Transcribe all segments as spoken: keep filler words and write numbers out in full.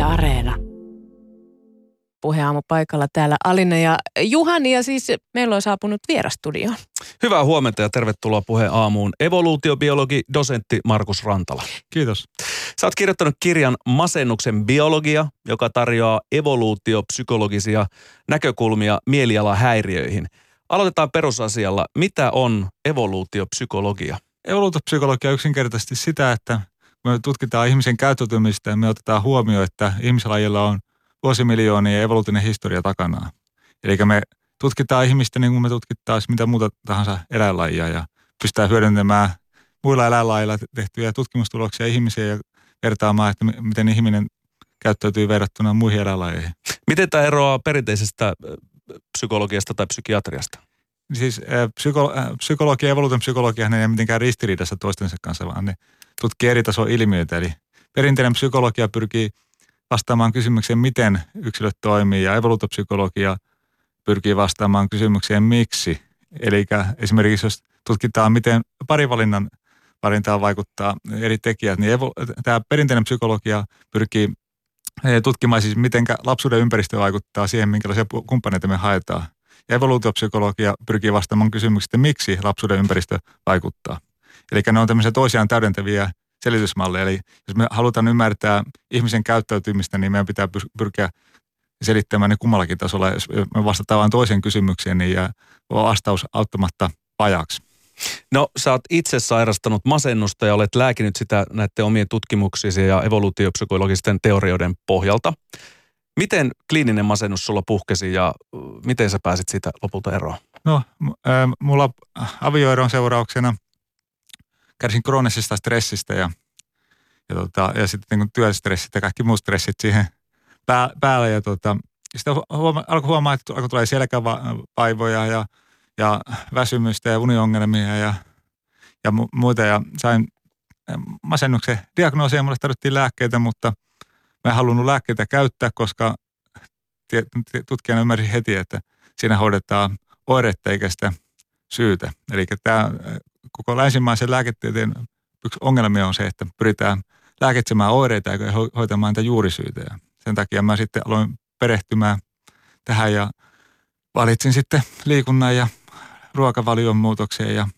Yle Areena. Puheaamu paikalla täällä Alina ja Juhani, ja siis meillä on saapunut vierastudioon. Hyvää huomenta ja tervetuloa Puheen aamuun evoluutiobiologi, dosentti Markus Rantala. Kiitos. Sä oot kirjoittanut kirjan Masennuksen biologia, joka tarjoaa evoluutiopsykologisia näkökulmia mielialahäiriöihin. Aloitetaan perusasialla. Mitä on evoluutiopsykologia? Evoluutiopsykologia on yksinkertaisesti sitä, että kun me tutkitaan ihmisen käyttäytymistä ja me otetaan huomioon, että ihmislajilla on vuosimiljoonia evoluutinen historia takanaan. Eli me tutkitaan ihmistä niin kuin me tutkittaisiin mitä muuta tahansa eläinlajia ja pystytään hyödyntämään muilla eläinlajilla tehtyjä tutkimustuloksia ihmisiä ja vertaamaan, että miten ihminen käyttäytyy verrattuna muihin eläinlajeihin. Miten tämä eroaa perinteisestä psykologiasta tai psykiatriasta? Siis psyko, psykologia ja evoluution psykologia ei ole mitenkään ristiriidassa toistensa kanssa, vaan ne tutkii eri tason ilmiöitä. Eli perinteinen psykologia pyrkii vastaamaan kysymykseen, miten yksilöt toimii, ja evoluutiopsykologia pyrkii vastaamaan kysymykseen, miksi. Eli esimerkiksi jos tutkitaan, miten parivalinnan valintaan vaikuttaa eri tekijät, niin evo- tämä perinteinen psykologia pyrkii tutkimaan siis, miten lapsuuden ympäristö vaikuttaa siihen, minkälaisia kumppaneita me haetaan. Ja evoluutiopsykologia pyrkii vastaamaan kysymykseen, miksi lapsuuden ympäristö vaikuttaa. Eli ne on tämmöisiä toisiaan täydentäviä selitysmalleja. Eli jos me halutaan ymmärtää ihmisen käyttäytymistä, niin meidän pitää pyrkiä selittämään ne kummallakin tasolla. Jos me vastataan vain toiseen kysymykseen, niin jää vastaus auttamatta pajaksi. No, sä oot itse sairastanut masennusta ja olet lääkinyt sitä näiden omien tutkimuksisi ja evoluutiopsykologisten teorioiden pohjalta. Miten kliininen masennus sulla puhkesi ja miten sä pääsit siitä lopulta eroon? No, äh, mulla avioeron seurauksena kärsin kroonisesta stressistä ja, ja, tota, ja sitten niin työstressit ja kaikki muut stressit siihen pää, päälle. Ja tota, sitten huoma, alkoi huomaa, että alkoi tulee selkävaivoja ja, ja väsymystä ja uniongelmia ja, ja mu, muita. Ja sain masennuksen diagnoosia ja mulle tarvittiin lääkkeitä, mutta mä en halunnut lääkkeitä käyttää, koska tutkijana ymmärsin heti, että siinä hoidetaan oiretta eikä sitä syytä. Eli tämä koko länsimaisen lääketieteen yksi ongelmia on se, että pyritään lääkitsemään oireita eikä hoitamaan niitä juurisyitä. Ja sen takia mä sitten aloin perehtymään tähän ja valitsin sitten liikunnan ja ruokavalion muutokseen ja,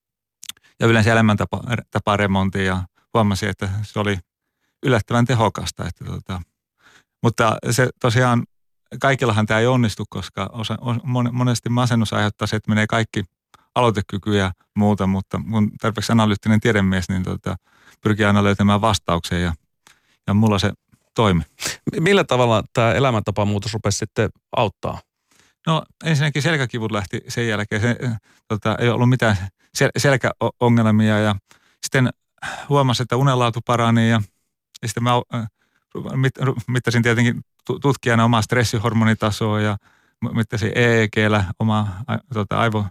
ja yleensä elämäntaparemontin ja huomasin, että se oli yllättävän tehokasta. Että tota, mutta se tosiaan, kaikillahan tämä ei onnistu, koska osa, monesti masennus aiheuttaa se, että menee kaikki aloitekyky ja muuta, mutta kun tarpeeksi analyyttinen tiedemies, niin tota, pyrkii aina löytämään vastauksia ja, ja mulla se toimi. Millä tavalla tämä elämäntapamuutos rupesi sitten auttaa? No ensinnäkin selkäkivut lähti sen jälkeen. Se, tota, ei ollut mitään sel- selkäongelmia ja sitten huomasin, että unenlaatu parani ja, ja sitten mä mit, mittasin tietenkin tutkijana omaa stressihormonitasoa ja mittasin E E G:llä omaa tota, aivo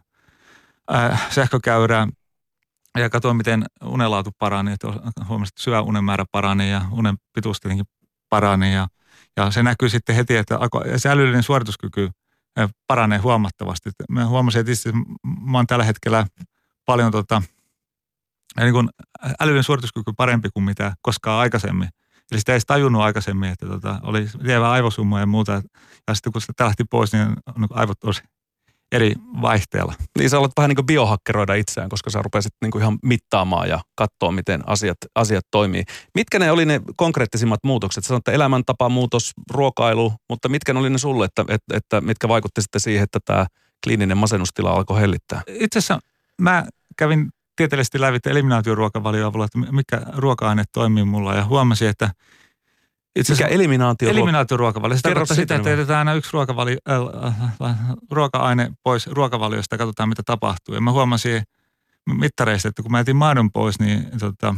Äh, sähkökäyrää ja katsoin, miten unenlaatu parani. Huomasin, että syvä unen määrä parani ja unen pituus tietenkin parani. Ja, ja se näkyy sitten heti, että se älyllinen suorituskyky paranee huomattavasti. Mä huomasin, että itse mä oon tällä hetkellä paljon tota, niin kuin älyllinen suorituskyky parempi kuin mitä koskaan aikaisemmin. Eli sitä ei edes tajunnut aikaisemmin, että tota, oli lievää aivosumua ja muuta. Ja sitten kun sitä lähti pois, niin aivot olisi eri vaihteella. Niin sä alat vähän niin kuin biohakkeroida itseään, koska sä rupesit niin kuin ihan mittaamaan ja katsoa, miten asiat, asiat toimii. Mitkä ne oli ne konkreettisimmat muutokset? Sä sanoit, että elämäntapamuutos, ruokailu, mutta mitkä ne oli ne sulle, että, että, että mitkä vaikutti sitten siihen, että tämä kliininen masennustila alkoi hellittää? Itse asiassa mä kävin tieteellisesti lävitse eliminaatioruokavalio avulla, että mikä ruoka-aine toimii mulla ja huomasin, että Itse Mikä eliminaatio? Eliminaatioruokavalio. Se tarkoittaa sitä, että jätetään aina yksi ruokavali, äh, ruoka-aine pois ruokavaliosta ja katsotaan, mitä tapahtuu. Ja mä huomasin mittareista, että kun mä jätin maidon pois, niin tota,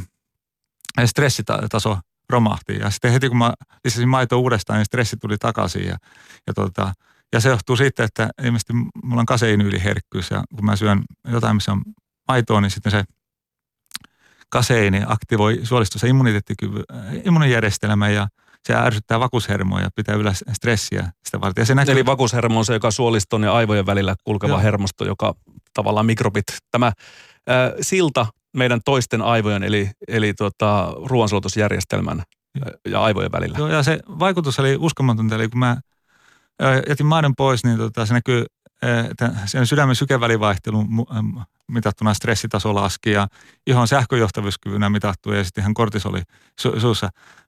stressitaso romahti. Ja sitten heti kun mä lisäsin maitoa uudestaan, niin stressi tuli takaisin. Ja, ja, tota, ja se johtuu siitä, että ilmeisesti mulla on kaseiinyyliherkkyys. Ja kun mä syön jotain, missä on maitoa, niin sitten se kaseiini aktivoi suolistus- ja immunijärjestelmä ja se ärsyttää vakuushermoja ja pitää yllä stressiä sitä varten. Ja se näkyy... Eli vakuushermo on se, joka suoliston ja aivojen välillä kulkeva Joo. hermosto, joka tavallaan mikrobit, tämä äh, silta meidän toisten aivojen eli, eli tuota, ruoansulatusjärjestelmän ja aivojen välillä. Joo, ja se vaikutus oli uskomatonta. Eli kun mä jätin maidon pois, niin tota, se näkyy, että sen sydämen sykevälivaihtelu mitattuna stressitaso laski ja ihon sähköjohtavuuskyvynä mitattu ja sitten ihan kortisoli su- suussa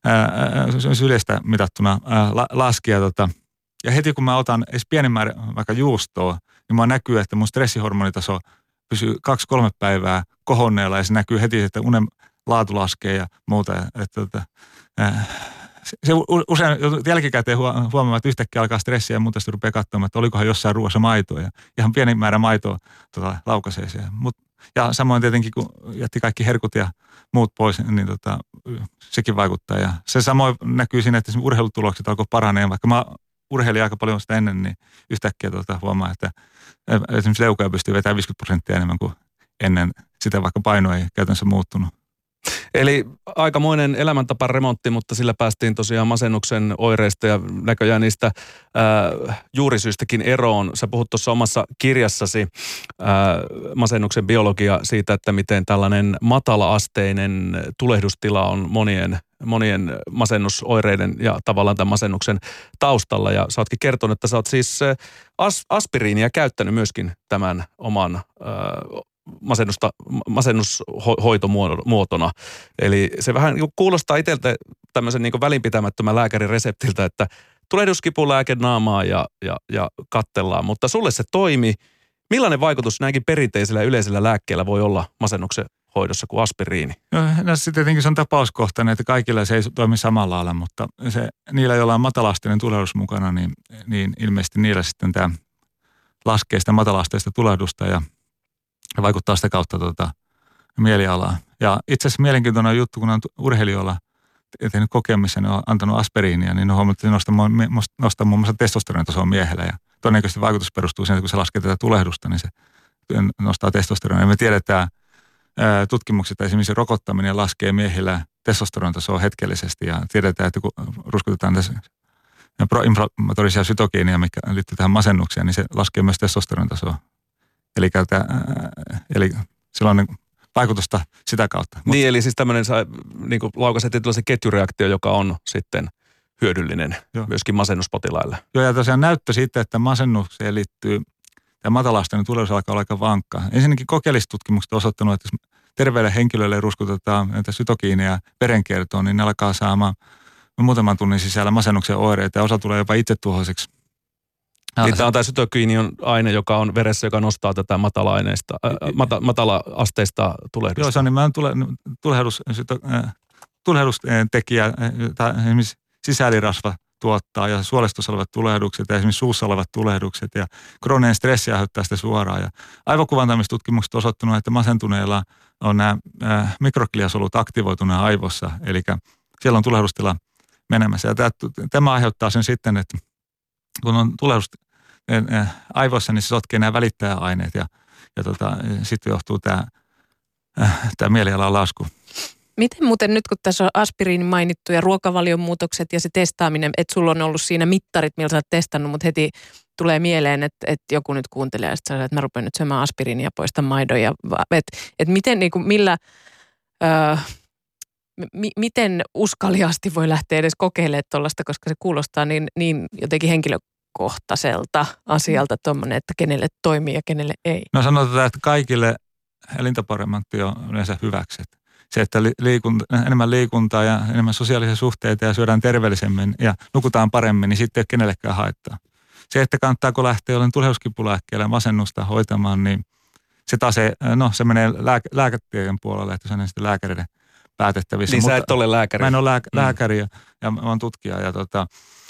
ää, sylestä mitattuna ää, la- laski. Ja, tota, ja heti kun mä otan edes pienen määrän vaikka juustoa, niin mä näkyy, että mun stressihormonitaso pysyy kaksi-kolme päivää kohonneella ja se näkyy heti, että unen laatu laskee ja muuta. Että, että, ää, se usein jälkikäteen huomaamaan, että yhtäkkiä alkaa stressiä ja muuta sitten rupeaa katsomaan, että olikohan jossain ruoassa maitoa ja ihan pieni määrä maitoa tota, laukaisee siihen. Mut, ja samoin tietenkin, kun jätti kaikki herkut ja muut pois, niin tota, sekin vaikuttaa. Ja se samoin näkyy siinä, että urheilutulokset alkoi paranee, vaikka mä urheilin aika paljon sitä ennen, niin yhtäkkiä tota, huomaa, että esimerkiksi leukoja pystyy vetämään viisikymmentä prosenttia enemmän kuin ennen sitä, vaikka paino ei käytännössä muuttunut. Eli aikamoinen elämäntaparemontti, mutta sillä päästiin tosiaan masennuksen oireista ja näköjään niistä ää, juurisyistäkin eroon. Sä puhut tuossa omassa kirjassasi ää, masennuksen biologia siitä, että miten tällainen matala-asteinen tulehdustila on monien, monien masennusoireiden ja tavallaan tämän masennuksen taustalla. Ja sä ootkin kertonut, että sä oot siis as, aspiriinia käyttänyt myöskin tämän oman ää, masennusta, masennushoitomuotona. Eli se vähän kuulostaa itseltä tämmöisen niin kuin välinpitämättömän lääkärin reseptiltä, että tulehduskipulääke naamaa ja, ja, ja kattellaan, mutta sulle se toimi. Millainen vaikutus näinkin perinteisellä ja yleisellä lääkkeellä voi olla masennuksen hoidossa kuin aspiriini? No, no se tietenkin se on tapauskohtainen, että kaikilla se ei toimi samalla lailla, mutta se, niillä, joilla on matala-asteinen tulehdus mukana, niin, niin ilmeisesti niillä sitten tämä laskee sitä matala-asteista tulehdusta ja vaikuttaa sitä kautta tuota, mielialaa. Ja itse asiassa mielenkiintoinen juttu, kun on urheilijoilla tehnyt kokemissa, ne on antanut aspiriinia, niin ne on huomannut, että nostaa, nostaa muun muassa testosteronitasoa miehellä. Ja todennäköisesti vaikutus perustuu siihen, että kun se laskee tätä tulehdusta, niin se nostaa testosteronia. Ja me tiedetään ää, tutkimuksista, esimerkiksi rokottaminen laskee miehillä testosteronitasoa hetkellisesti. Ja tiedetään, että kun ruskutetaan tässä proinflammatorisia sytokiinia, mikä liittyy tähän masennukseen, niin se laskee myös testosteronitasoa. Eli, käytä, eli sillä on vaikutusta sitä kautta. Niin, Mut, eli siis tämmöinen niin kuin laukaiset tietynlaisen ketjureaktio, joka on sitten hyödyllinen jo. Myöskin masennuspotilaille. Joo, ja tosiaan näyttö siitä, että masennukseen liittyy, tämä matala-asteinen tulehdus alkaa olla aika vankka. Ensinnäkin kokeelliset tutkimukset on osoittanut, että jos terveelle henkilölle ruskutetaan näitä sytokiineja verenkiertoon, niin ne alkaa saamaan muutaman tunnin sisällä masennuksen oireita ja osa tulee jopa itsetuhoiseksi. Niin tämä on tämä sytokiini on aine, joka on veressä, joka nostaa tätä matala-aineista, äh, mata, matala-asteista tulehdusta. Joo, se on nimenomaan tule, tulehdus, syto, äh, tulehdustekijä, tai esimerkiksi sisäelirasva tuottaa ja suolistossa olevat tulehdukset ja esimerkiksi suussa olevat tulehdukset ja krooninen stressi aiheuttaa sitä suoraan. Ja aivokuvantamistutkimukset on osoittanut, että masentuneilla on nämä äh, mikrogliasolut aktivoituneet aivossa, eli siellä on tulehdustila menemässä. Ja tämä, tämä aiheuttaa sen sitten, että kun on tulehdus aivoissa, niin se sotkee nämä välittäjäaineet ja, ja tota, sitten johtuu tämä, tämä mielialan lasku. Miten muuten nyt, kun tässä on aspiriini mainittu ja ruokavalion muutokset ja se testaaminen, että sulla on ollut siinä mittarit, millä sä oot testannut, mutta heti tulee mieleen, että, että joku nyt kuuntelee ja sitten että mä rupean nyt syömään aspiriinia ja poistan maidon. Ja, että, että miten, niin kuin, millä, öö, m- miten uskaliasti voi lähteä edes kokeilemaan tuollaista, koska se kuulostaa niin, niin jotenkin henkilökohtaiselta asialta tuommoinen, että kenelle toimii ja kenelle ei. No sanotaan, että kaikille elintaparemontti on yleensä hyväksi. Se, että liikunta, enemmän liikuntaa ja enemmän sosiaalisia suhteita ja syödään terveellisemmin ja nukutaan paremmin, niin sitten ei ole kenellekään haittaa. Se, että kannattaako lähteä jollein tulehduskipulääkkeellä masennusta hoitamaan, niin se taas ei, no se menee lääke, lääketieteen puolelle, että se on sitten lääkäreiden päätettävissä. Niin sä et ole lääkäri. Mä en ole lääk- lääkäri ja, ja mä oon tutkija ja, tota,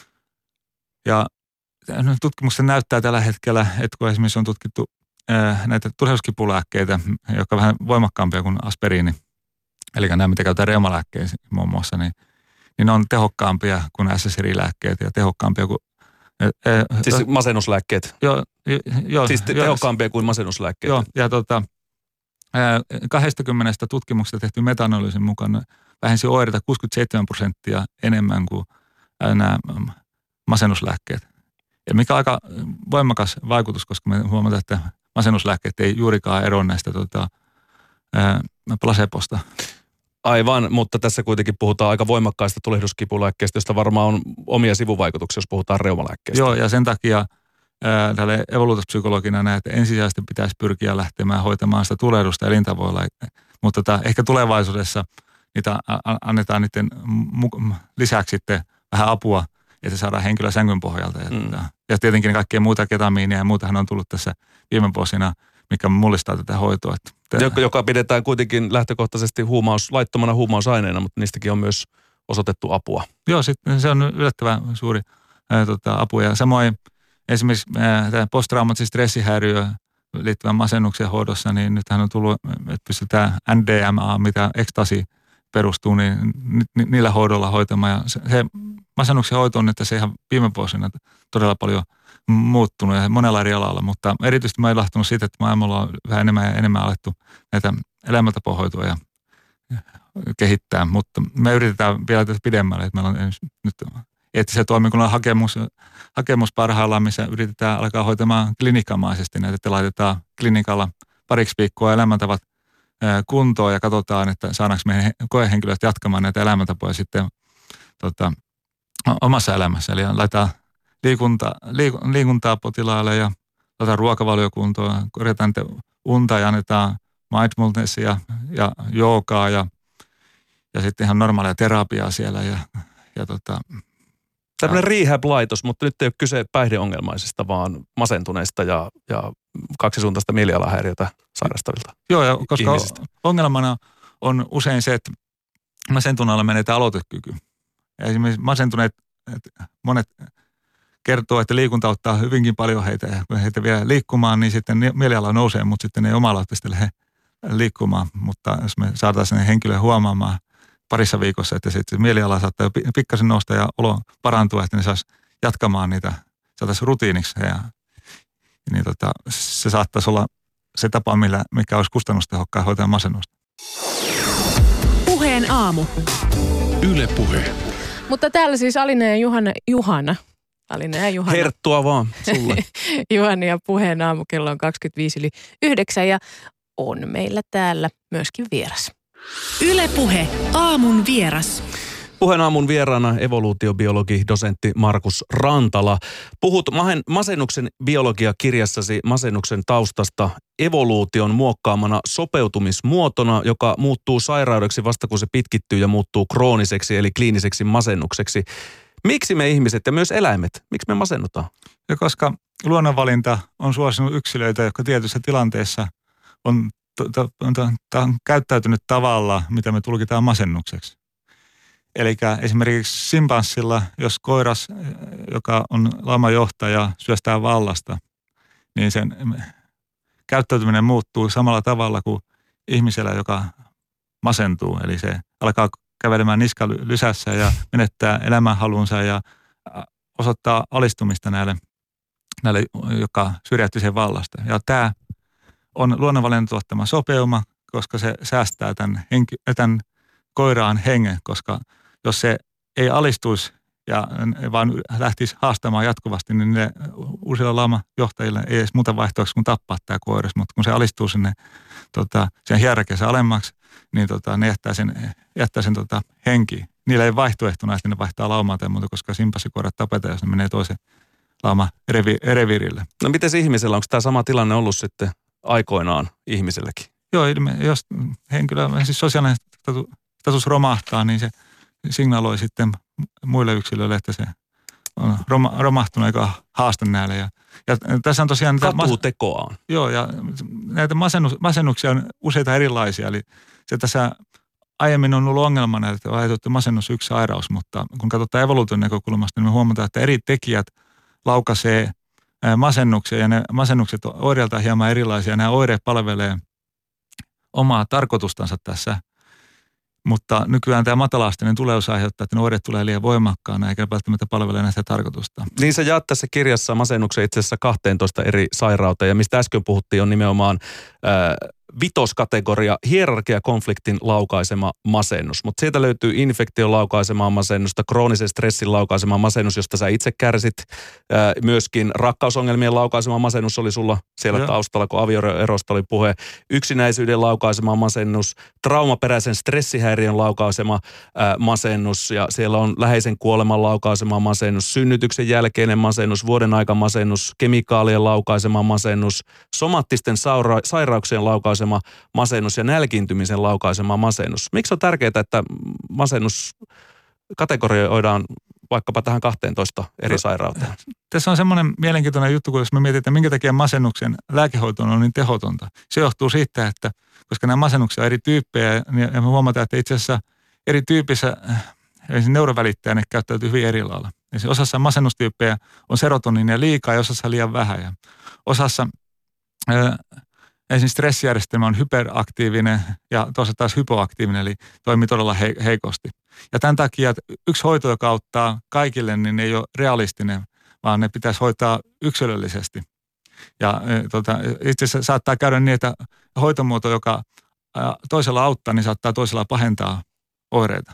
ja tutkimukset näyttää tällä hetkellä, että kun esimerkiksi on tutkittu ää, näitä tulehduskipulääkkeitä, jotka on vähän voimakkaampia kuin aspiriini, eli nämä, mitä käytetään reumalääkkeisiin muun muassa, niin, niin ne on tehokkaampia kuin S S R I-lääkkeet ja tehokkaampia kuin... E, e, siis jo, masennuslääkkeet? Joo. Jo, siis te, jo, tehokkaampia kuin masennuslääkkeet? Joo, ja tota, kaksikymmentä tutkimuksesta tehty meta-analyysin mukaan vähensi oireita kuusikymmentäseitsemän prosenttia enemmän kuin nämä masennuslääkkeet. Ja mikä on aika voimakas vaikutus, koska me huomataan, että masennuslääkkeet ei juurikaan eroa näistä tota, placebosta. Aivan, mutta tässä kuitenkin puhutaan aika voimakkaista tulehduskipulääkkeistä, josta varmaan on omia sivuvaikutuksia, jos puhutaan reumalääkkeistä. Joo, ja sen takia ää, tälle evoluutiopsykologina näin, että ensisijaisesti pitäisi pyrkiä lähtemään hoitamaan sitä tulehdusta elintavoilla, mutta tota, ehkä tulevaisuudessa niitä annetaan niiden lisäksi sitten vähän apua, että saadaan henkilö sängyn pohjalta. Ja, mm. ja tietenkin kaikkea muuta ketamiinia ja muutahan on tullut tässä viime vuosina, mikä mullistaa tätä hoitoa. Joka, joka pidetään kuitenkin lähtökohtaisesti huumaus, laittomana huumausaineena, mutta niistäkin on myös osoitettu apua. Joo, sit, se on yllättävän suuri ää, tota, apu. Ja samoin esimerkiksi tämä posttraumaattisen stressihäiriö liittyvän masennuksen hoidossa, niin nythän on tullut, että pystytään M D M A, mitä ekstasi perustuu, niin ni, niillä hoidolla hoitamaan. Ja se, se masennuksen hoito on, että se ihan viime vuosina todella paljon muuttunut ja monella eri alalla, mutta erityisesti mä oon ilahtunut siitä, että maailmalla on vähän enemmän ja enemmän alettu näitä elämäntapahoitoa ja kehittää, mutta me yritetään vielä tätä pidemmälle, että meillä on nyt eettisen toimikunnan hakemus, hakemus parhaillaan, missä yritetään alkaa hoitamaan klinikamaisesti näitä, että laitetaan klinikalla pariksi viikkoa elämäntavat kuntoon ja katsotaan, että saadaanko meidän koehenkilöt jatkamaan näitä elämäntapoja sitten tota, omassa elämässä, eli laitetaan Liikunta, liiku, liikuntaa potilaalle ja laitetaan ruokavaliokuntoon, korjataan unta ja annetaan mindfulnessia ja joogaa ja, ja sitten ihan normaalia terapiaa siellä. Ja, ja tota, Tällainen rehab-laitos, mutta nyt ei ole kyse päihdeongelmaisista, vaan masentuneista ja, ja kaksisuuntaista mielialahäiriötä sairastavilta Joo, ja koska ihmisistä. Ongelmana on usein se, että masentuneella menetään aloitekyky. Ja esimerkiksi masentuneet, monet kertoo, että liikunta auttaa hyvinkin paljon heitä ja kun heitä vielä liikkumaan, niin sitten mieliala nousee, mutta sitten ei omalaatuisesti lähde liikkumaan. Mutta jos me saataisiin henkilöä huomaamaan parissa viikossa, että se mieliala saattaa pikkasen nousta ja olo parantua, että ne saisi jatkamaan niitä, saataisiin rutiiniksi. Ja, niin tota, se saattaisi olla se tapa, millä, mikä olisi kustannustehokkaan hoitajan masennusta. Puheen aamu. Yle Puhe. Mutta täällä siis Alina ja Juhana, Juhana. Alina ja Juhana. Herttua vaan sulle. Juhana ja Puheen aamu, kello on kaksikymmentäviisi yli yhdeksän ja on meillä täällä myöskin vieras. Yle Puhe, aamun vieras. Puheen aamun vieraana evoluutiobiologi, dosentti Markus Rantala. Puhut masennuksen biologia-kirjassasi masennuksen taustasta evoluution muokkaamana sopeutumismuotona, joka muuttuu sairaudeksi vasta kun se pitkittyy ja muuttuu krooniseksi eli kliiniseksi masennukseksi. Miksi me ihmiset ja myös eläimet, miksi me masennutaan? Ja koska luonnonvalinta on suosinut yksilöitä, jotka tietyissä tilanteessa on, to, to, to, to, on käyttäytynyt tavalla, mitä me tulkitaan masennukseksi. Eli esimerkiksi simpanssilla, jos koiras, joka on laumajohtaja, syöstää vallasta, niin sen käyttäytyminen muuttuu samalla tavalla kuin ihmisellä, joka masentuu. Eli se alkaa kävelemään niska lysässä ja menettää elämänhalunsa ja osoittaa alistumista näille, näille joka syrjäytti sen vallasta. Ja tämä on luonnonvalinnan tuottama sopeuma, koska se säästää tämän, henki, tämän koiraan hengen, koska jos se ei alistuisi ja vaan lähtisi haastamaan jatkuvasti, niin ne uusilla laamajohtajilla ei edes muuta vaihtoehtoja kuin tappaa tämä koiras, mutta kun se alistuu sinne tota, sen hierarkiassa alemmaksi, niin tota, ne jättää sen, jättää sen tota, henkiin. Niillä ei vaihtoehtona, että ne vaihtaa laumaa tai muuta, koska simpanssikoirat tapetaan, jos ne menee toisen lauma reviirille. No miten ihmisellä, onko tämä sama tilanne ollut sitten aikoinaan ihmiselläkin? Joo, jos henkilö, siis sosiaalinen status romahtaa, niin se signaloi sitten muille yksilöille, että se on romahtunut eikä haasta näille. Ja, ja tässä on tosiaan... Katuu tekoaan. Joo, ja näitä masennus, masennuksia on useita erilaisia. Eli se tässä aiemmin on ollut ongelmana, että on ajateltu masennus yksi sairaus, mutta kun katsotaan evoluution näkökulmasta, niin me huomataan, että eri tekijät laukaisee masennuksia, ja ne masennukset on oireiltaan hieman erilaisia, ja nämä oireet palvelee omaa tarkoitustansa tässä. Mutta nykyään tämä matala-asteinen tuleus aiheuttaa, että ne oireet tulee liian voimakkaana eikä välttämättä palvele näitä tarkoitusta. Niin sä jaat tässä kirjassa masennuksen itse asiassa kahteentoista eri sairauteen ja mistä äsken puhuttiin on nimenomaan ää, vitoskategoria, hierarkiakonfliktin laukaisema masennus. Mutta sieltä löytyy infektion laukaisemaa masennusta, kroonisen stressin laukaisema masennus, josta sä itse kärsit. Ää, myöskin rakkausongelmien laukaisema masennus oli sulla siellä Joo. taustalla, kun avioerosta oli puhe. Yksinäisyyden laukaisema masennus, traumaperäisen stressihäiriön laukaisema ää, masennus, ja siellä on läheisen kuoleman laukaisema masennus, synnytyksen jälkeinen masennus, vuoden aika masennus, kemikaalien laukaisema masennus, somaattisten saura- sairauksien laukaisema masennus ja nälkiintymisen laukaisema masennus. Miksi on tärkeää, että masennus kategorioidaan vaikkapa tähän kahteentoista eri sairauteen? Tässä on semmoinen mielenkiintoinen juttu, kun jos me mietitään, minkä takia masennuksen lääkehoito on niin tehotonta. Se johtuu siitä, että koska nämä masennuksia on eri tyyppejä, ja me huomataan, että itse asiassa eri tyypissä neurovälittäjä ne käyttäytyy hyvin eri lailla. Osassa masennustyyppejä on serotoniinia liikaa ja osassa liian vähän. Ja osassa esimerkiksi stressijärjestelmä on hyperaktiivinen ja toisaalta taas hypoaktiivinen, eli toimii todella heikosti. Ja tämän takia että yksi hoito, joka auttaa kaikille, niin ei ole realistinen, vaan ne pitäisi hoitaa yksilöllisesti. Ja e, tota, itse asiassa saattaa käydä niin, että hoitomuoto, joka ä, toisella auttaa, niin saattaa toisella pahentaa oireita.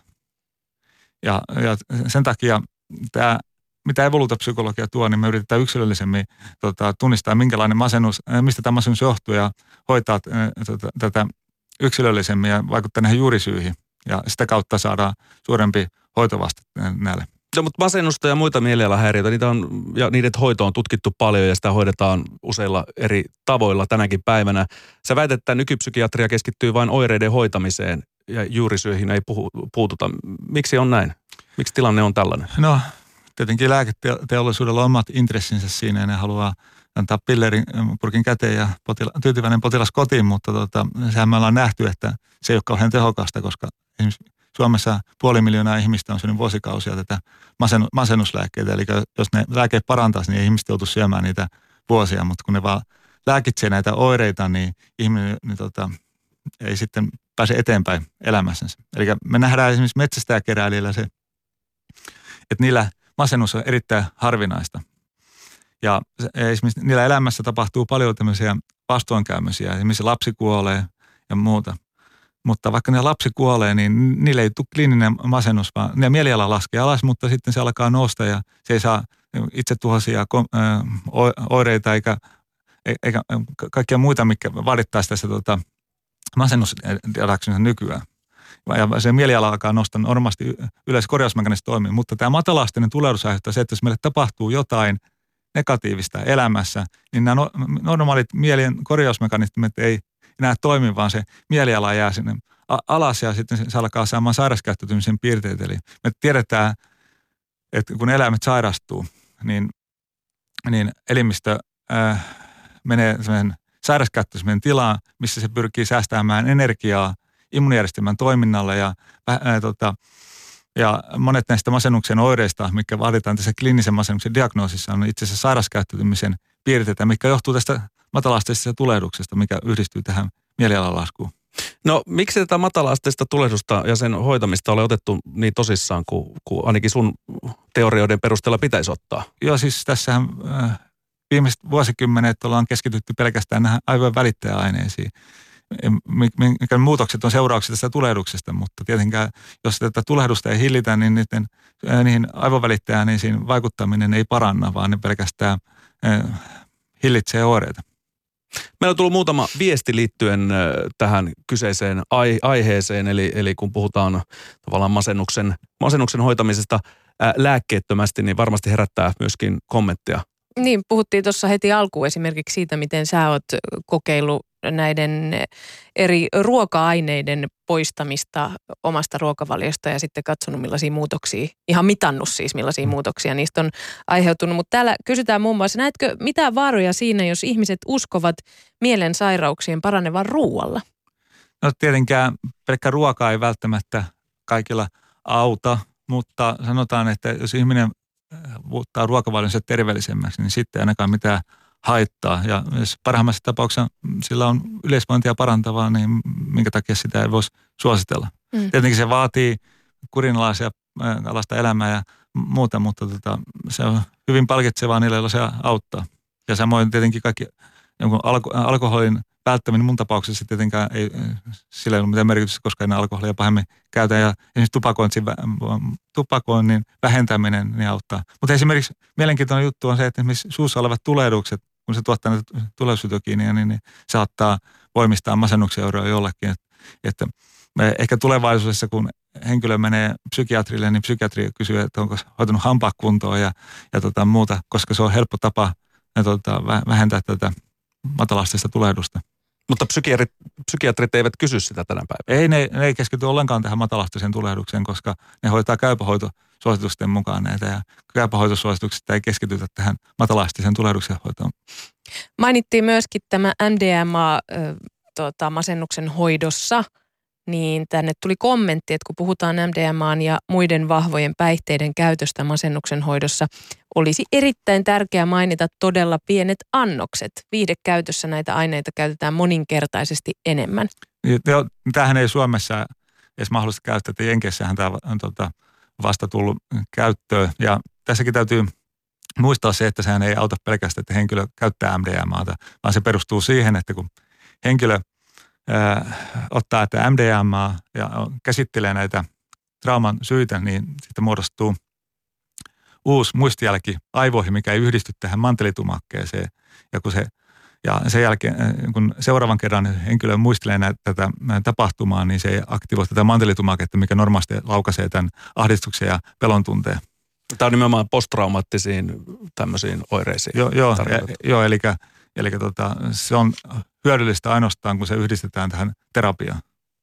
Ja, ja sen takia tämä, mitä evoluutopsykologia tuo, niin me yritetään yksilöllisemmin tota, tunnistaa, minkälainen masennus, mistä tämä masennus johtuu ja hoitaa ä, tota, tätä yksilöllisemmin ja vaikuttaa näihin juurisyihin. Ja sitä kautta saadaan suurempi hoitovaste näille. No, mutta masennusta ja muita mielialahäiriöitä, niitä on, ja niiden hoito on tutkittu paljon ja sitä hoidetaan useilla eri tavoilla tänäkin päivänä. Sä väität, että nykypsykiatria keskittyy vain oireiden hoitamiseen ja juurisyihin ei puhu, puututa. Miksi on näin? Miksi tilanne on tällainen? No, tietenkin lääketeollisuudella on omat intressinsä siinä ja ne haluaa antaa pillerin purkin käteen ja potila, tyytyväinen potilas kotiin, mutta tota, sehän me ollaan nähty, että se ei ole kauhean tehokasta, koska esimerkiksi Suomessa puoli miljoonaa ihmistä on syönyt vuosikausia tätä masennu, masennuslääkkeitä, eli jos ne lääkeet parantaisi, niin ihmiset joutuisi syömään niitä vuosia, mutta kun ne vaan lääkitsee näitä oireita, niin ihminen niin tota, ei sitten pääse eteenpäin elämässänsä. Eli me nähdään esimerkiksi metsästäjäkeräilijällä se, että niillä masennus on erittäin harvinaista. Ja esimerkiksi niillä elämässä tapahtuu paljon tämmöisiä vastoinkäymisiä, esimerkiksi lapsi kuolee ja muuta. Mutta vaikka ne lapsi kuolee, niin niille ei tule kliininen masennus, vaan ne mieliala laskee alas, mutta sitten se alkaa nousta ja se ei saa itsetuhoisia oireita eikä, eikä kaikkia muita, mitkä vaadittaisi tässä tota, masennusdiagnoosissa nykyään. Ja se mieliala alkaa nostaa normaalisti yleensä korjausmekanismi toimii, mutta tämä matala-asteinen tulehdus aiheuttaa se, että jos meille tapahtuu jotain negatiivista elämässä, niin nämä normaalit mielien korjausmekanismit ei enää toimi, vaan se mieliala jää sinne alas ja sitten se alkaa saamaan sairauskäyttäytymisen piirteitä. Eli me tiedetään, että kun eläimet sairastuu, niin, niin elimistö äh, menee sairauskäyttäytymisen tilaan, missä se pyrkii säästämään energiaa immuunijärjestelmän toiminnalle ja, ää, tota, ja monet näistä masennuksen oireista, mikä vaaditaan tässä kliinisen masennuksen diagnoosissa, on itse asiassa sairauskäyttäytymisen piirteitä, mikä johtuu tästä matala-asteisesta tulehduksesta, mikä yhdistyy tähän mielialalaskuun. No miksi tätä matala-asteista tulehdusta ja sen hoitamista ole otettu niin tosissaan, kuin, kuin ainakin sun teorioiden perusteella pitäisi ottaa? Joo, siis tässähän äh, viimeiset vuosikymmenet ollaan keskitytty pelkästään näihin aivojen välittäjäaineisiin, mikä muutokset on seurauksia tästä tulehduksesta, mutta tietenkään jos tätä tulehdusta ei hillitä, niin niiden, niihin aivovälittäjäaineisiin vaikuttaminen ei paranna, vaan ne pelkästään äh, hillitsee oireita. Meillä on tullut muutama viesti liittyen tähän kyseiseen aiheeseen, eli, eli kun puhutaan tavallaan masennuksen, masennuksen hoitamisesta ää, lääkkeettömästi, niin varmasti herättää myöskin kommentteja. Niin, puhuttiin tuossa heti alkuun esimerkiksi siitä, miten sä oot kokeillut näiden eri ruoka-aineiden poistamista omasta ruokavaliosta ja sitten katsonut millaisia muutoksia, ihan mitannut siis millaisia muutoksia niistä on aiheutunut. Mutta täällä kysytään muun muassa, näetkö mitään vaaroja siinä, jos ihmiset uskovat mielensairauksien paranevan ruualla? No tietenkään pelkkä ruoka ei välttämättä kaikilla auta, mutta sanotaan, että jos ihminen muuttaa ruokavalionsa terveellisemmäksi, niin sitten ei ainakaan mitään haittaa. Ja jos parhaimmassa tapauksessa sillä on yleisvointia parantavaa, niin minkä takia sitä ei voisi suositella. Mm. Tietenkin se vaatii kurinalaisia alaista elämää ja muuta, mutta tota, se on hyvin palkitsevaa niille, joilla se auttaa. Ja samoin tietenkin kaikki jonkun alko- alkoholin välttäminen mun tapauksessa tietenkään ei, sillä ei ole mitään merkitystä, koska en alkoholia pahemmin käytä. Ja esimerkiksi tupakoinnin, tupakoinnin vähentäminen niin auttaa. Mutta esimerkiksi mielenkiintoinen juttu on se, että esimerkiksi suussa olevat tulehdukset, kun se tuottaa näitä tulehdusytokiinia, niin, niin saattaa voimistaa masennuksen euroa jollekin. Että, että ehkä tulevaisuudessa, kun henkilö menee psykiatrille, niin psykiatri kysyy, että onko hoitanut hampaat kuntoon ja, ja tota muuta, koska se on helppo tapa ja tota, vähentää tätä matalasteista tulehdusta. Mutta psykiatrit, psykiatrit eivät kysy sitä tänä päivänä. Ei, ne, ne ei keskity ollenkaan tähän matalasteiseen tulehdukseen, koska ne hoitaa käypähoitosuositusten mukaan näitä ja käypähoitosuositukset ei keskitytä tähän matalasteisen tulehduksen hoitoon. Mainittiin myöskin tämä M D M A äh, tota, masennuksen hoidossa, niin tänne tuli kommentti, että kun puhutaan M D M A:n ja muiden vahvojen päihteiden käytöstä masennuksen hoidossa, olisi erittäin tärkeää mainita todella pienet annokset. Viihdekäytössä näitä aineita käytetään moninkertaisesti enemmän. Tämähän ei Suomessa edes mahdollista käyttää, että Jenkeissähän tämä on tuota, vasta tullut käyttöön. Ja tässäkin täytyy muistaa se, että sehän ei auta pelkästään, että henkilö käyttää M D M A:ta, vaan se perustuu siihen, että kun henkilö ää, ottaa että M D M A ja käsittelee näitä trauman syitä, niin sitten muodostuu uusi muistijälki aivoihin, mikä ei yhdisty tähän mantelitumakkeeseen. Ja, kun se, ja sen jälkeen, kun seuraavan kerran henkilö muistelee näitä, tätä tapahtumaa, niin se ei aktivoi tätä mantelitumaketta, mikä normaalisti laukaisee tämän ahdistuksen ja pelon tunteen. Tämä on nimenomaan posttraumaattisiin tämmöisiin oireisiin. Joo, joo, jo, eli, eli tota, se on hyödyllistä ainoastaan, kun se yhdistetään tähän terapiaan.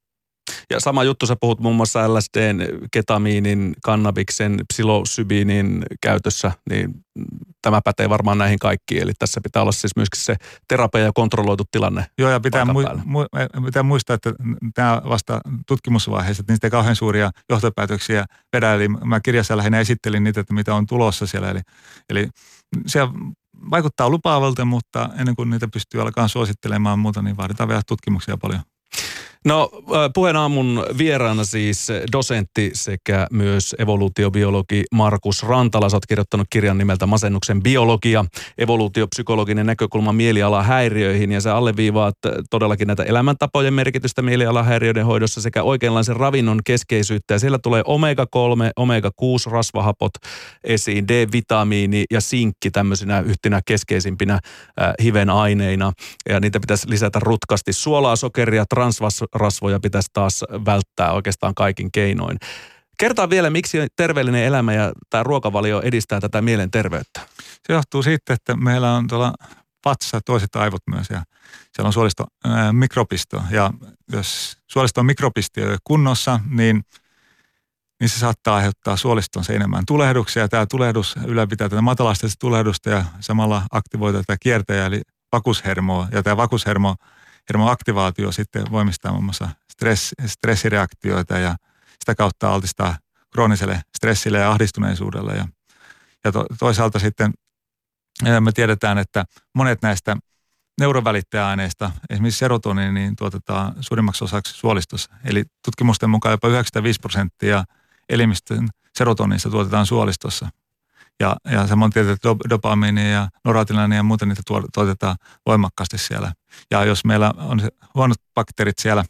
Ja sama juttu, sä puhut muun muassa L S D:n, ketamiinin, kannabiksen, psilosybiinin käytössä, niin tämä pätee varmaan näihin kaikkiin. Eli tässä pitää olla siis myöskin se terapia ja kontrolloitu tilanne. Joo, ja pitää, mu- mu- pitää muistaa, että tämä vasta tutkimusvaiheessa, että niistä ei kauhean suuria johtopäätöksiä vedä. Eli mä kirjassa lähinnä esittelin niitä, että mitä on tulossa siellä. Eli, eli se vaikuttaa lupaavalta, mutta ennen kuin niitä pystyy alkaan suosittelemaan muuta, niin vaaditaan vielä tutkimuksia paljon. No Puheen aamun vieraana siis dosentti sekä myös evoluutiobiologi Markus Rantala. Sä oot kirjoittanut kirjan nimeltä Masennuksen biologia, evoluutiopsykologinen näkökulma mielialahäiriöihin ja sä alleviivaat todellakin näitä elämäntapojen merkitystä mielialahäiriöiden hoidossa sekä oikeanlaisen ravinnon keskeisyyttä. Ja siellä tulee omega kolme, omega kuusi rasvahapot esiin, D-vitamiini ja sinkki tämmöisinä yhtenä keskeisimpinä äh, hivenaineina ja niitä pitäisi lisätä rutkasti. Suolaa, sokeria, transvas rasvoja pitäisi taas välttää oikeastaan kaikin keinoin. Kertaa vielä, miksi terveellinen elämä ja tämä ruokavalio edistää tätä mielenterveyttä? Se johtuu siitä, että meillä on tuolla vatsa toiset aivot myös ja siellä on suolisto ää, mikrobisto. Ja jos suoliston mikrobisto ei ole kunnossa, niin, niin se saattaa aiheuttaa suolistonsa enemmän tulehduksia. Tämä tulehdus ylläpitää tätä matalasteista tulehdusta ja samalla aktivoi tätä kiertäjää eli vakushermoa. Ja tämä vakushermo Hermoaktivaatio sitten voimistaa muun muassa stress, stressireaktioita ja sitä kautta altistaa krooniselle stressille ja ahdistuneisuudelle. Ja, ja to, toisaalta sitten me tiedetään, että monet näistä neurovälittäjäaineista, esimerkiksi serotoniini, niin tuotetaan suurimmaksi osaksi suolistossa. Eli tutkimusten mukaan jopa yhdeksänkymmentäviisi prosenttia elimistön serotoniinista tuotetaan suolistossa. Ja, ja samoin tietysti dopamiinia ja noradrenaliinia ja muuta niitä tuotetaan voimakkaasti siellä. Ja jos meillä on se huonot bakteerit siellä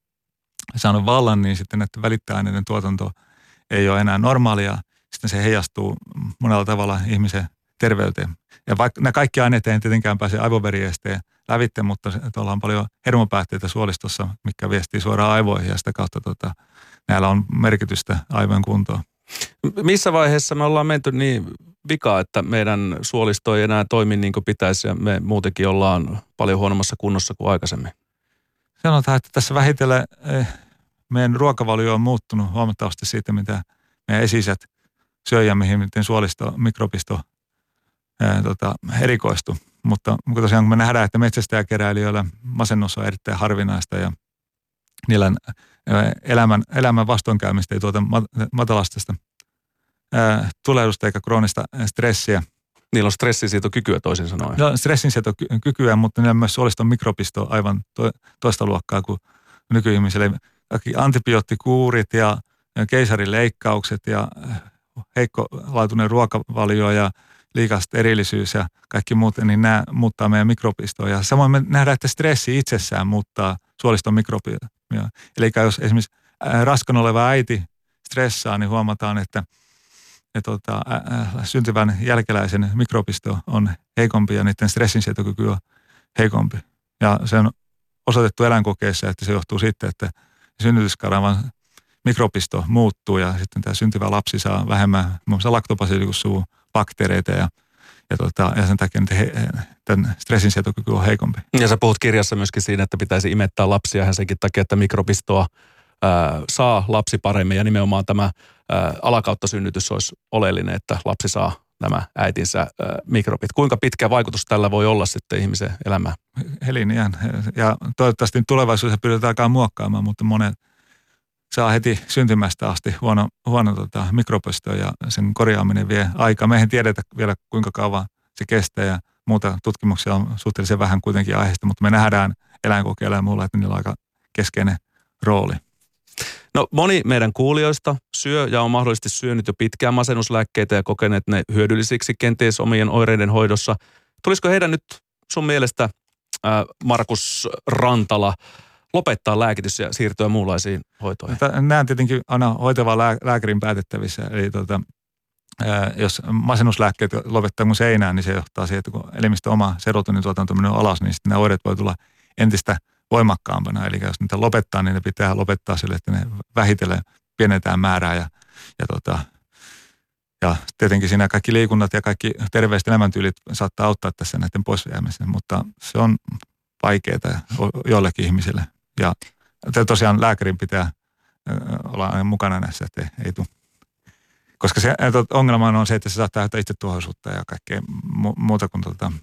saanut vallan, niin sitten näiden välittäjäaineiden tuotanto ei ole enää normaalia. Sitten se heijastuu monella tavalla ihmisen terveyteen. Ja vaikka nämä kaikki aineet ei tietenkään pääse aivoveriesteen lävitte, mutta tuolla on paljon hermopäätteitä suolistossa, mikä viestii suoraan aivoihin ja sitä kautta tota, näillä on merkitystä aivojen kuntoon. Missä vaiheessa me ollaan menty niin vikaa, että meidän suolisto ei enää toimi niin kuin pitäisi ja me muutenkin ollaan paljon huonommassa kunnossa kuin aikaisemmin? Sanotaan, että tässä vähitellen meidän ruokavalio on muuttunut huomattavasti siitä, mitä meidän esi-isät syö ja mihin miten suolisto, mikrobisto ää, tota, erikoistui. Mutta tosiaan kun me nähdään, että metsästäjäkeräilijöillä masennus on erittäin harvinaista ja niillä elämän, elämän vastoinkäymistä ei tuota matalasteista tulehdusta eikä kroonista stressiä. Niillä on stressinsietokykyä toisin sanoen. No, stressinsietokykyä, mutta niillä on myös suoliston mikrobisto aivan to, toista luokkaa kuin nykyihmisille. Antibioottikuurit ja keisarileikkaukset ja heikkolaatuinen ruokavalio ja, liikaa erillisyys ja kaikki muut, niin nämä muuttaa meidän mikrobistoa. Ja samoin me nähdään, että stressi itsessään muuttaa suoliston mikrobiota. Eli jos esimerkiksi raskaana oleva äiti stressaa, niin huomataan, että ja tota, ä, syntyvän jälkeläisen mikrobisto on heikompi ja niiden stressinsietokyky on heikompi. Ja se on osoitettu eläinkokeissa, että se johtuu sitten, että synnytyskanavan mikrobisto muuttuu ja sitten tämä syntyvä lapsi saa vähemmän muun muassa laktobasilikkussuvun bakteereita ja, ja, tota, ja sen takia he, tämän stressinsietokyky on heikompi. Ja sä puhut kirjassa myöskin siinä, että pitäisi imettää lapsia ja senkin takia, että mikrobistoa ää, saa lapsi paremmin ja nimenomaan tämä ää, alakauttosynnytys olisi oleellinen, että lapsi saa nämä äitinsä ää, mikrobit. Kuinka pitkä vaikutus tällä voi olla sitten ihmisen elämään? Eliniän. Ja toivottavasti tulevaisuudessa pyritään alkaa muokkaamaan, mutta monet saa heti syntymästä asti huono, huono tota, mikrobisto ja sen korjaaminen vie aikaa. Me ei tiedetä vielä kuinka kauan se kestää ja muuta tutkimuksia on suhteellisen vähän kuitenkin aiheesta, mutta me nähdään eläinkokeilla ja muulla, että niillä on aika keskeinen rooli. No moni meidän kuulijoista syö ja on mahdollisesti syönyt jo pitkään masennuslääkkeitä ja kokeneet ne hyödyllisiksi kenties omien oireiden hoidossa. Tulisiko heidän nyt sun mielestä, ää, Markus Rantala, lopettaa lääkitys ja siirtyä muunlaisiin hoitoihin? Nämä on tietenkin aina hoitava lääkärin päätettävissä. Eli tuota, jos masennuslääkkeet lopettaa kuin seinään, niin se johtaa siihen, että kun elimistön oma serotonituotanto menee alas, niin sitten nämä oireet voi tulla entistä voimakkaampana. Eli jos niitä lopettaa, niin ne pitää lopettaa sille, että ne vähitellen pienetään määrää. Ja, ja, tota, ja tietenkin siinä kaikki liikunnat ja kaikki terveelliset elämäntyylit saattaa auttaa tässä näiden poisjäämiseen, mutta se on vaikeaa joillekin ihmisille. Ja tosiaan lääkärin pitää olla mukana näissä, että ei, ei tule. Koska se ongelma on se, että se saattaa aiheuttaa itsetuhoisuutta ja kaikkea muuta kuin, tuota,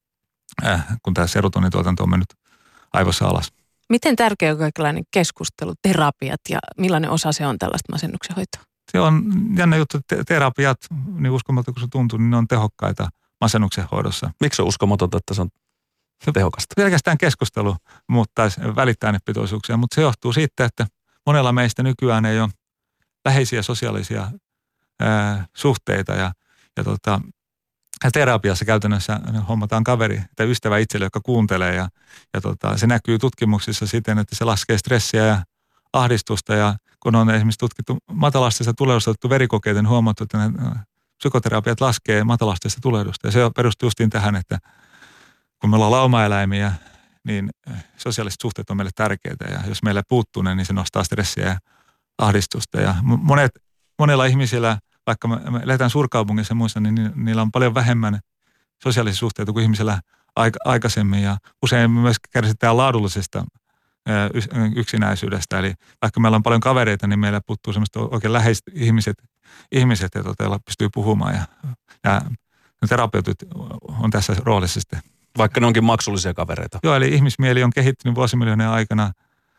äh, kun tämä serotonituotanto on mennyt aivossa alas. Miten tärkeä on kaikenlainen keskustelu, terapiat ja millainen osa se on tällaista masennuksen hoitoa? Se on jännä juttu, että terapiat, niin uskomaton kuin se tuntuu, niin ne on tehokkaita masennuksen hoidossa. Miksi on uskomatonta, että se on tehokasta? Pelkästään keskustelu muuttaisi välittäinepitoisuuksia, mutta se johtuu siitä, että monella meistä nykyään ei ole läheisiä sosiaalisia ää, suhteita ja, ja, tota, ja terapiassa käytännössä hommataan kaveri tai ystävä itselle, joka kuuntelee ja, ja tota, se näkyy tutkimuksissa siten, että se laskee stressiä ja ahdistusta ja kun on esimerkiksi tutkittu matalasteista tulehdusta, otettu verikokeita, niin huomattu, että ne psykoterapiat laskee matalasteista tulehdusta ja se perustuu justiin tähän, että kun me ollaan laumaeläimiä, niin sosiaaliset suhteet on meille tärkeitä ja jos meillä puuttuu ne, niin se nostaa stressiä ja ahdistusta. Ja monet, monilla ihmisillä, vaikka me, me eletään suurkaupungissa ja muissa, niin niillä on paljon vähemmän sosiaalisia suhteita kuin ihmisillä aikaisemmin ja usein me myös kärsitään laadullisesta yksinäisyydestä. Eli vaikka meillä on paljon kavereita, niin meillä puuttuu semmoista oikein läheiset ihmiset, ihmiset joilla pystyy puhumaan ja, ja terapeutit on tässä roolissa sitten. Vaikka ne onkin maksullisia kavereita. Joo, eli ihmismieli on kehittynyt vuosimiljoonien aikana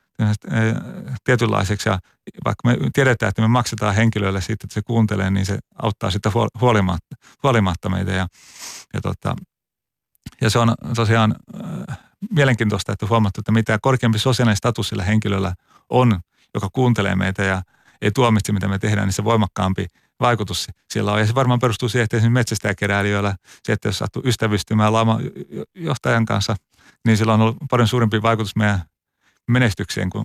tietynlaiseksi ja vaikka me tiedetään, että me maksetaan henkilölle siitä, että se kuuntelee, niin se auttaa sitä huolimatta, huolimatta meitä. Ja, ja, tota, ja se on tosiaan äh, mielenkiintoista, että huomattu, että mitä korkeampi sosiaalinen status sillä henkilöllä on, joka kuuntelee meitä ja ei tuomitse, mitä me tehdään, niin se voimakkaampi vaikutus sillä on. Ja se varmaan perustuu siihen, että esimerkiksi metsästäjäkeräilijöillä se, että jos sattuu ystävystymään laamajohtajan kanssa, niin sillä on ollut paljon suurempi vaikutus meidän menestykseen kuin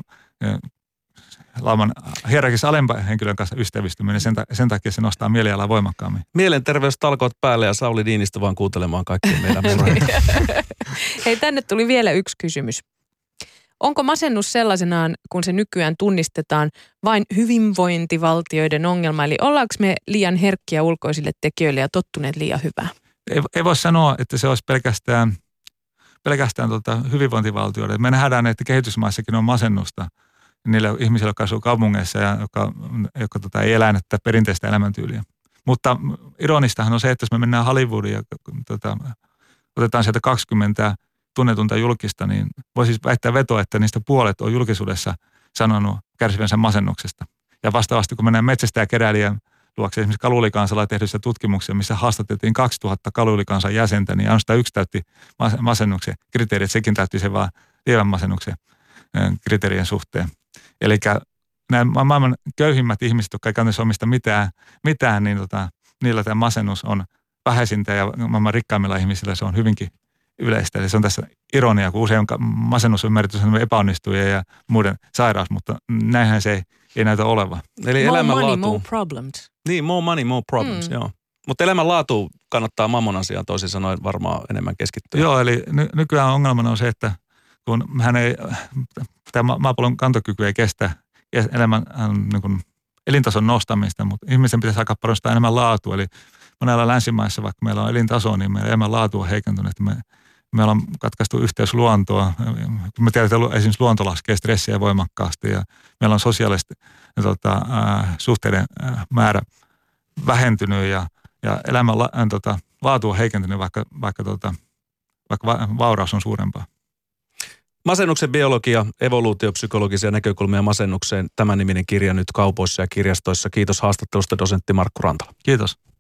laaman hierarkissa alemman henkilön kanssa ystävystyminen. Sen, sen takia se nostaa mielialaa voimakkaammin. Mielenterveystalkoot päälle ja Sauli Niinistö vaan kuuntelemaan kaikkia meidän murheita. Hei, tänne tuli vielä yksi kysymys. Onko masennus sellaisenaan, kun se nykyään tunnistetaan, vain hyvinvointivaltioiden ongelma? Eli ollaanko me liian herkkiä ulkoisille tekijöille ja tottuneet liian hyvää? Ei, ei voi sanoa, että se olisi pelkästään, pelkästään tota hyvinvointivaltioiden. Me nähdään, että kehitysmaissakin on masennusta niillä ihmisillä, jotka asuu kaupungeissa ja jotka, jotka tota, ei elä tätä perinteistä elämäntyyliä. Mutta ironistahan on se, että jos me mennään Hollywoodiin ja tota, otetaan sieltä kaksikymmentä tunnetunta julkista, niin voi siis väittää vetoa, että niistä puolet on julkisuudessa sanonut kärsivänsä masennuksesta. Ja vastaavasti, kun mennään metsästäjäkeräilijän luokse, esimerkiksi Kaluulikansalla tehdyssä tutkimuksia, missä haastateltiin kaksituhatta Kaluulikansan jäsentä, niin ainoastaan yksi täytti masennuksen kriteerit, sekin täytti sen vaan lievän masennuksen kriteerien suhteen. Eli nämä maailman köyhimmät ihmiset, jotka ei kannata omista mitään, mitään niin tota, niillä tämä masennus on vähäisintä ja maailman rikkaimmilla ihmisillä se on hyvinkin yleistä. Eli se on tässä ironia, kun usein masennusymmärrys on epäonnistujia ja muiden sairaus, mutta näinhän se ei, ei näytä olevan. Eli More elämänlaatu. money, more problems. Niin, more money, more problems, mm. joo. Mutta elämänlaatu kannattaa mammon asiaan toisin sanoen varmaan enemmän keskittyä. Joo, eli ny- nykyään ongelmana on se, että kun hän ei, tämä maapallon kantokyky ei kestä elämän niin kuin elintason nostamista, mutta ihmisen pitäisi aika panostaa enemmän laatua. Eli monella länsimaissa, vaikka meillä on elintaso, niin meidän elämän laatu on heikentynyt. Me, meillä on katkaistu yhteys luontoa. Me tiedetään, että esimerkiksi luonto laskee stressiä voimakkaasti ja meillä on sosiaalisesti tota, äh, suhteiden äh, määrä vähentynyt ja, ja elämän la, äh, tota, laatu on heikentynyt, vaikka, vaikka, tota, vaikka va, vauraus on suurempaa. Masennuksen biologia, evoluutiopsykologisia näkökulmia masennukseen. Tämän niminen kirja nyt kaupoissa ja kirjastoissa. Kiitos haastattelusta dosentti Markku Rantala. Kiitos.